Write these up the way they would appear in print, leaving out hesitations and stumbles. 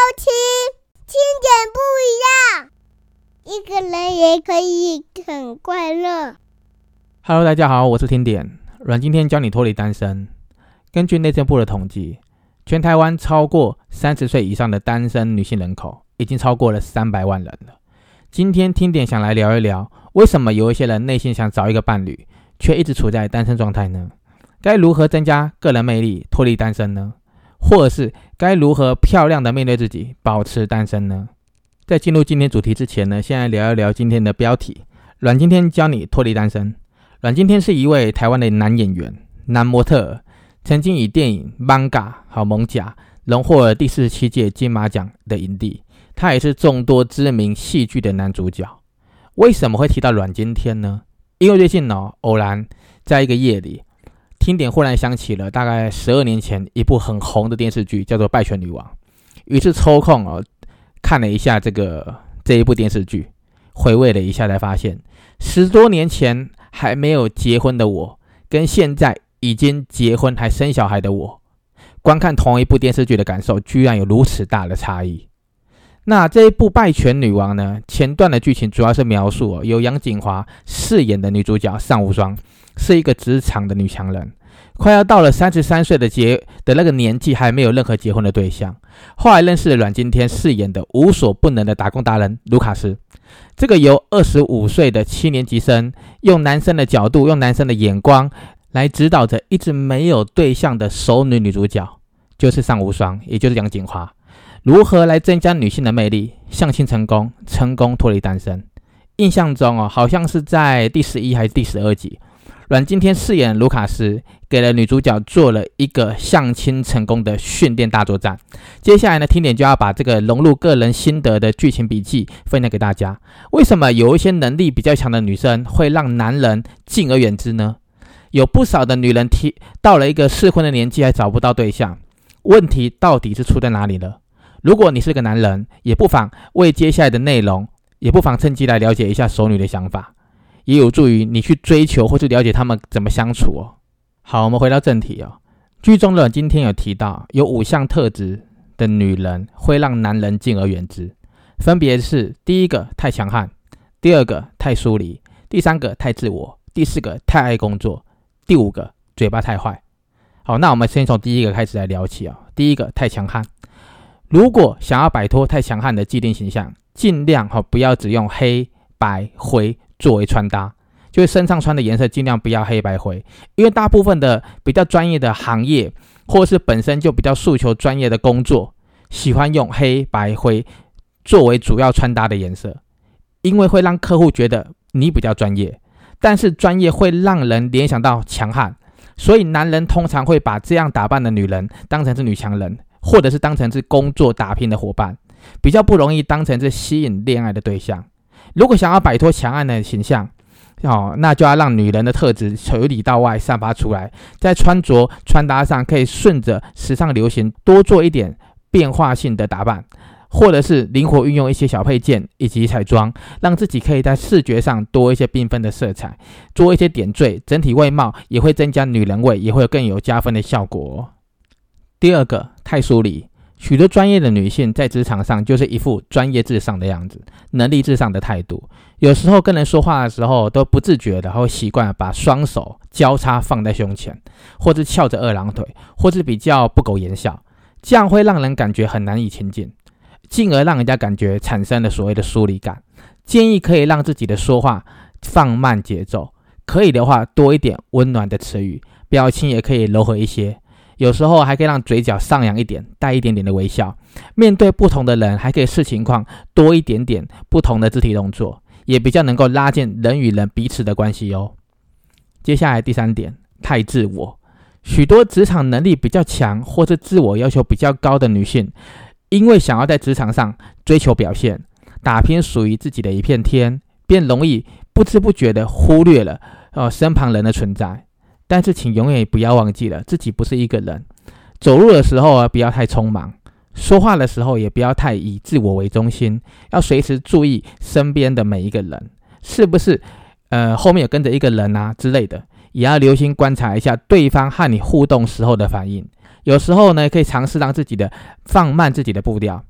听，听点不一样，一个人也可以很快乐。 Hello， 大家好，我是听点。阮今天教你脱离单身。根据内政部的统计，全台湾超过30岁以上的单身女性人口已经超过了300万人了。今天听点想来聊一聊，为什么有一些人内心想找一个伴侣，却一直处在单身状态呢？该如何增加个人魅力，脱离单身呢？或者是该如何漂亮的面对自己，保持单身呢？在进入今天主题之前呢，先来聊一聊今天的标题。阮今天教你脱离单身。阮今天是一位台湾的男演员、男模特儿，曾经以电影《艋舺》艋舺荣获了第47届金马奖的影帝，他也是众多知名戏剧的男主角。为什么会提到阮今天呢？因为最近偶然在一个夜里，听点忽然想起了大概12年前一部很红的电视剧，叫做《拜权女王》。于是抽空看了一下这一部电视剧，回味了一下，才发现10多年前还没有结婚的我，跟现在已经结婚还生小孩的我，观看同一部电视剧的感受居然有如此大的差异。那这一部《拜权女王》呢，前段的剧情主要是描述由杨谨华饰演的女主角尚无双，是一个职场的女强人，快要到了33岁的那个年纪，还没有任何结婚的对象。后来认识了阮经天饰演的无所不能的打工达人卢卡斯，这个由25岁的7年级生用男生的角度，用男生的眼光来指导着一直没有对象的熟女主角，就是尚无双，也就是杨谨华，如何来增加女性的魅力，相亲成功，成功脱离单身。印象中好像是在第11还是第12集，阮经天饰演卢卡斯给了女主角做了一个相亲成功的训练大作战。接下来呢，听点就要把这个融入个人心得的剧情笔记分享给大家。为什么有一些能力比较强的女生会让男人敬而远之呢？有不少的女人到了一个适婚的年纪还找不到对象，问题到底是出在哪里呢？如果你是个男人，也不妨为接下来的内容，也不妨趁机来了解一下熟女的想法，也有助于你去追求或是了解他们怎么相处好，我们回到正题剧中的今天有提到有5项特质的女人会让男人敬而远之，分别是第一个太强悍，第二个太疏离，第三个太自我，第四个太爱工作，第5个嘴巴太坏。好，那我们先从第一个开始来聊起第一个太强悍。如果想要摆脱太强悍的既定形象，尽量不要只用黑白灰作为穿搭，就是身上穿的颜色尽量不要黑白灰，因为大部分的比较专业的行业，或是本身就比较诉求专业的工作，喜欢用黑白灰作为主要穿搭的颜色，因为会让客户觉得你比较专业，但是专业会让人联想到强悍，所以男人通常会把这样打扮的女人当成是女强人，或者是当成是工作打拼的伙伴，比较不容易当成是吸引恋爱的对象。如果想要摆脱强悍的形象那就要让女人的特质从里到外散发出来，在穿搭上可以顺着时尚流行多做一点变化性的打扮，或者是灵活运用一些小配件以及彩妆，让自己可以在视觉上多一些缤纷的色彩，做一些点缀，整体外貌也会增加女人味，也会更有加分的效果第二个太疏离。许多专业的女性在职场上就是一副专业至上的样子，能力至上的态度，有时候跟人说话的时候都不自觉的会习惯把双手交叉放在胸前，或是翘着二郎腿，或是比较不苟言笑，这样会让人感觉很难以亲近，进而让人家感觉产生了所谓的疏离感。建议可以让自己的说话放慢节奏，可以的话多一点温暖的词语，表情也可以柔和一些，有时候还可以让嘴角上扬一点，带一点点的微笑。面对不同的人，还可以视情况多一点点不同的肢体动作，也比较能够拉近人与人彼此的关系接下来第3点，太自我。许多职场能力比较强或是自我要求比较高的女性，因为想要在职场上追求表现，打拼属于自己的一片天，便容易不知不觉地忽略了身旁人的存在。但是请永远不要忘记了，自己不是一个人。走路的时候不要太匆忙，说话的时候也不要太以自我为中心，要随时注意身边的每一个人，是不是后面有跟着一个人之类的，也要留心观察一下对方和你互动时候的反应。有时候呢，可以尝试让放慢自己的步调，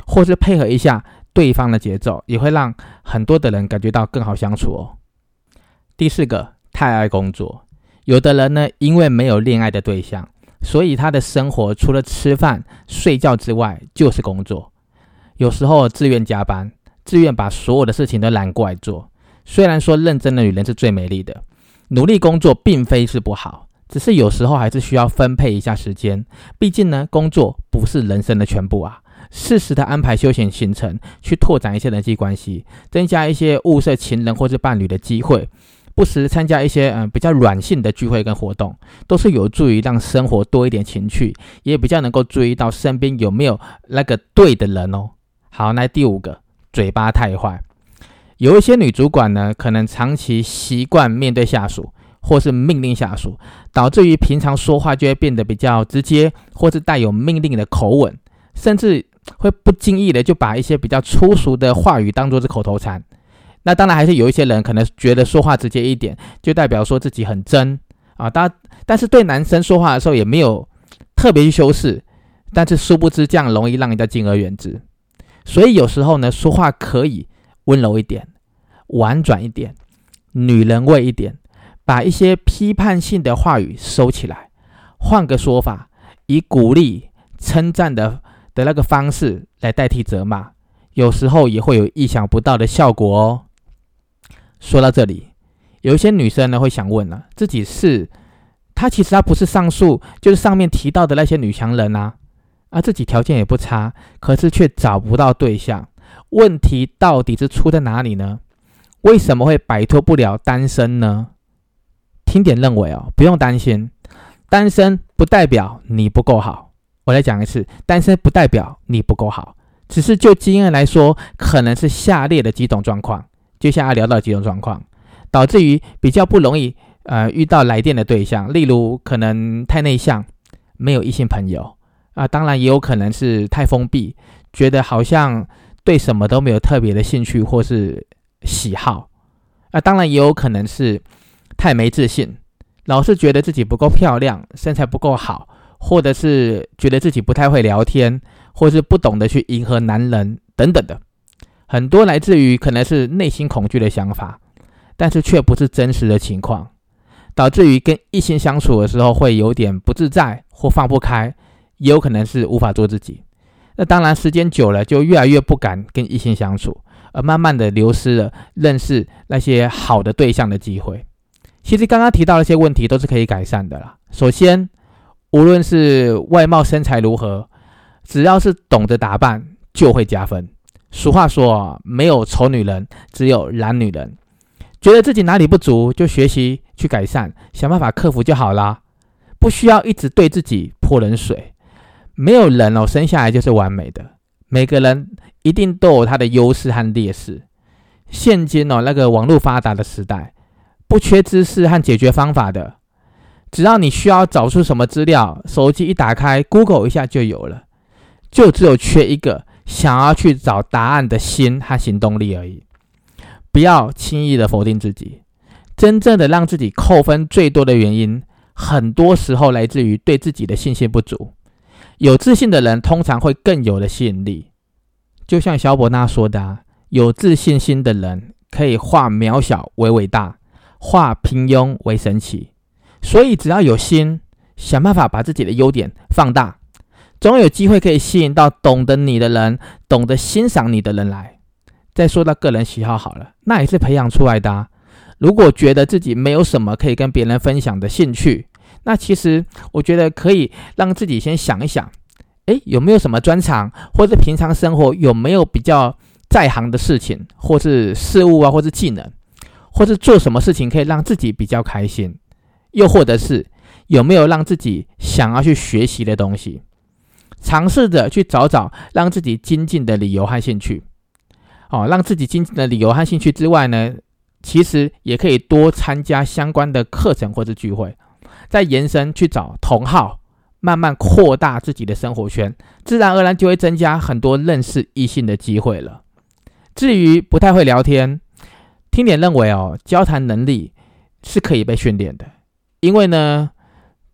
或是配合一下对方的节奏，也会让很多的人感觉到更好相处哦。第4个，太爱工作。有的人呢，因为没有恋爱的对象，所以他的生活除了吃饭睡觉之外就是工作，有时候自愿加班，自愿把所有的事情都揽过来做。虽然说认真的女人是最美丽的，努力工作并非是不好，只是有时候还是需要分配一下时间，毕竟呢，工作不是人生的全部啊。适时的安排休闲行程，去拓展一些人际关系，增加一些物色情人或是伴侣的机会，不时参加一些比较软性的聚会跟活动，都是有助于让生活多一点情趣，也比较能够注意到身边有没有那个对的人哦。好，那第5个，嘴巴太坏。有一些女主管呢，可能长期习惯面对下属或是命令下属，导致于平常说话就会变得比较直接，或是带有命令的口吻，甚至会不经意的就把一些比较粗俗的话语当作是口头禅。那当然还是有一些人可能觉得说话直接一点就代表说自己很真啊，但是对男生说话的时候也没有特别去修饰，但是殊不知这样容易让人家敬而远之。所以有时候呢，说话可以温柔一点，婉转一点，女人味一点，把一些批判性的话语收起来，换个说法，以鼓励称赞的那个方式来代替责骂，有时候也会有意想不到的效果哦。说到这里，有一些女生呢会想问了，自己其实不是上述就是上面提到的那些女强人啊，自己条件也不差，可是却找不到对象，问题到底是出在哪里呢？为什么会摆脱不了单身呢？听点认为不用担心，单身不代表你不够好。我来讲一次，单身不代表你不够好，只是就经验来说，可能是下列的几种状况，接下来聊到几种状况，导致于比较不容易遇到来电的对象，例如可能太内向，没有异性朋友当然也有可能是太封闭，觉得好像对什么都没有特别的兴趣或是喜好当然也有可能是太没自信，老是觉得自己不够漂亮，身材不够好，或者是觉得自己不太会聊天，或是不懂得去迎合男人等等的，很多来自于可能是内心恐惧的想法，但是却不是真实的情况，导致于跟异性相处的时候会有点不自在或放不开，也有可能是无法做自己。那当然时间久了就越来越不敢跟异性相处，而慢慢的流失了认识那些好的对象的机会。其实刚刚提到的一些问题都是可以改善的啦。首先，无论是外貌身材如何，只要是懂得打扮就会加分。俗话说没有丑女人，只有懒女人。觉得自己哪里不足，就学习去改善，想办法克服就好啦，不需要一直对自己泼冷水。没有人生下来就是完美的，每个人一定都有他的优势和劣势。现今那个网络发达的时代，不缺知识和解决方法的，只要你需要找出什么资料，手机一打开 Google 一下就有了，就只有缺一个想要去找答案的心和行动力而已。不要轻易的否定自己，真正的让自己扣分最多的原因，很多时候来自于对自己的信心不足。有自信的人通常会更有的吸引力，就像萧伯纳说的有自信心的人可以化渺小为伟大，化平庸为神奇。所以只要有心，想办法把自己的优点放大，总有机会可以吸引到懂得你的人，懂得欣赏你的人来。再说到个人喜好好了，那也是培养出来的如果觉得自己没有什么可以跟别人分享的兴趣，那其实我觉得可以让自己先想一想，有没有什么专长，或者平常生活有没有比较在行的事情，或是事物或是技能，或是做什么事情可以让自己比较开心，又或者是有没有让自己想要去学习的东西，尝试着去找让自己精进的理由和兴趣让自己精进的理由和兴趣之外呢，其实也可以多参加相关的课程或是聚会，再延伸去找同好，慢慢扩大自己的生活圈，自然而然就会增加很多认识异性的机会了。至于不太会聊天，听点认为交谈能力是可以被训练的，因为呢，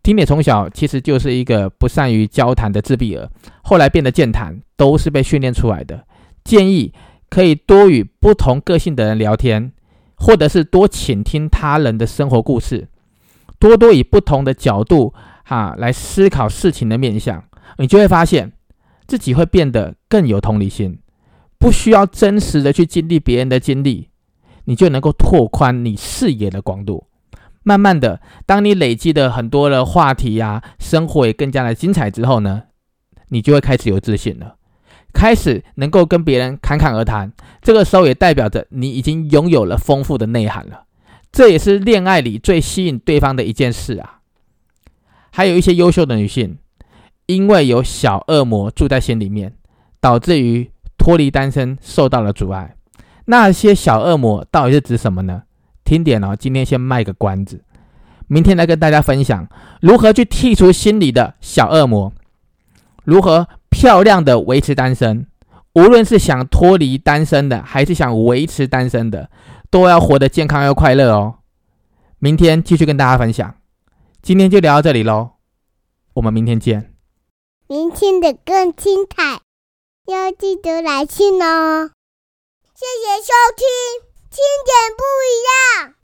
听点从小其实就是一个不善于交谈的自闭儿，后来变得健谈，都是被训练出来的。建议可以多与不同个性的人聊天，或者是多倾听他人的生活故事，多多以不同的角度来思考事情的面向，你就会发现自己会变得更有同理心，不需要真实的去经历别人的经历，你就能够拓宽你视野的广度。慢慢的，当你累积的很多的话题生活也更加的精彩之后呢，你就会开始有自信了，开始能够跟别人侃侃而谈，这个时候也代表着你已经拥有了丰富的内涵了。这也是恋爱里最吸引对方的一件事啊。还有一些优秀的女性，因为有小恶魔住在心里面，导致于脱离单身受到了阻碍。那些小恶魔到底是指什么呢？听点今天先卖个关子，明天来跟大家分享如何去剔除心里的小恶魔，如何漂亮的维持单身。无论是想脱离单身的，还是想维持单身的，都要活得健康又快乐哦。明天继续跟大家分享，今天就聊到这里咯，我们明天见。 明天的更精彩，要记得来信哦。谢谢收听，听点不一样。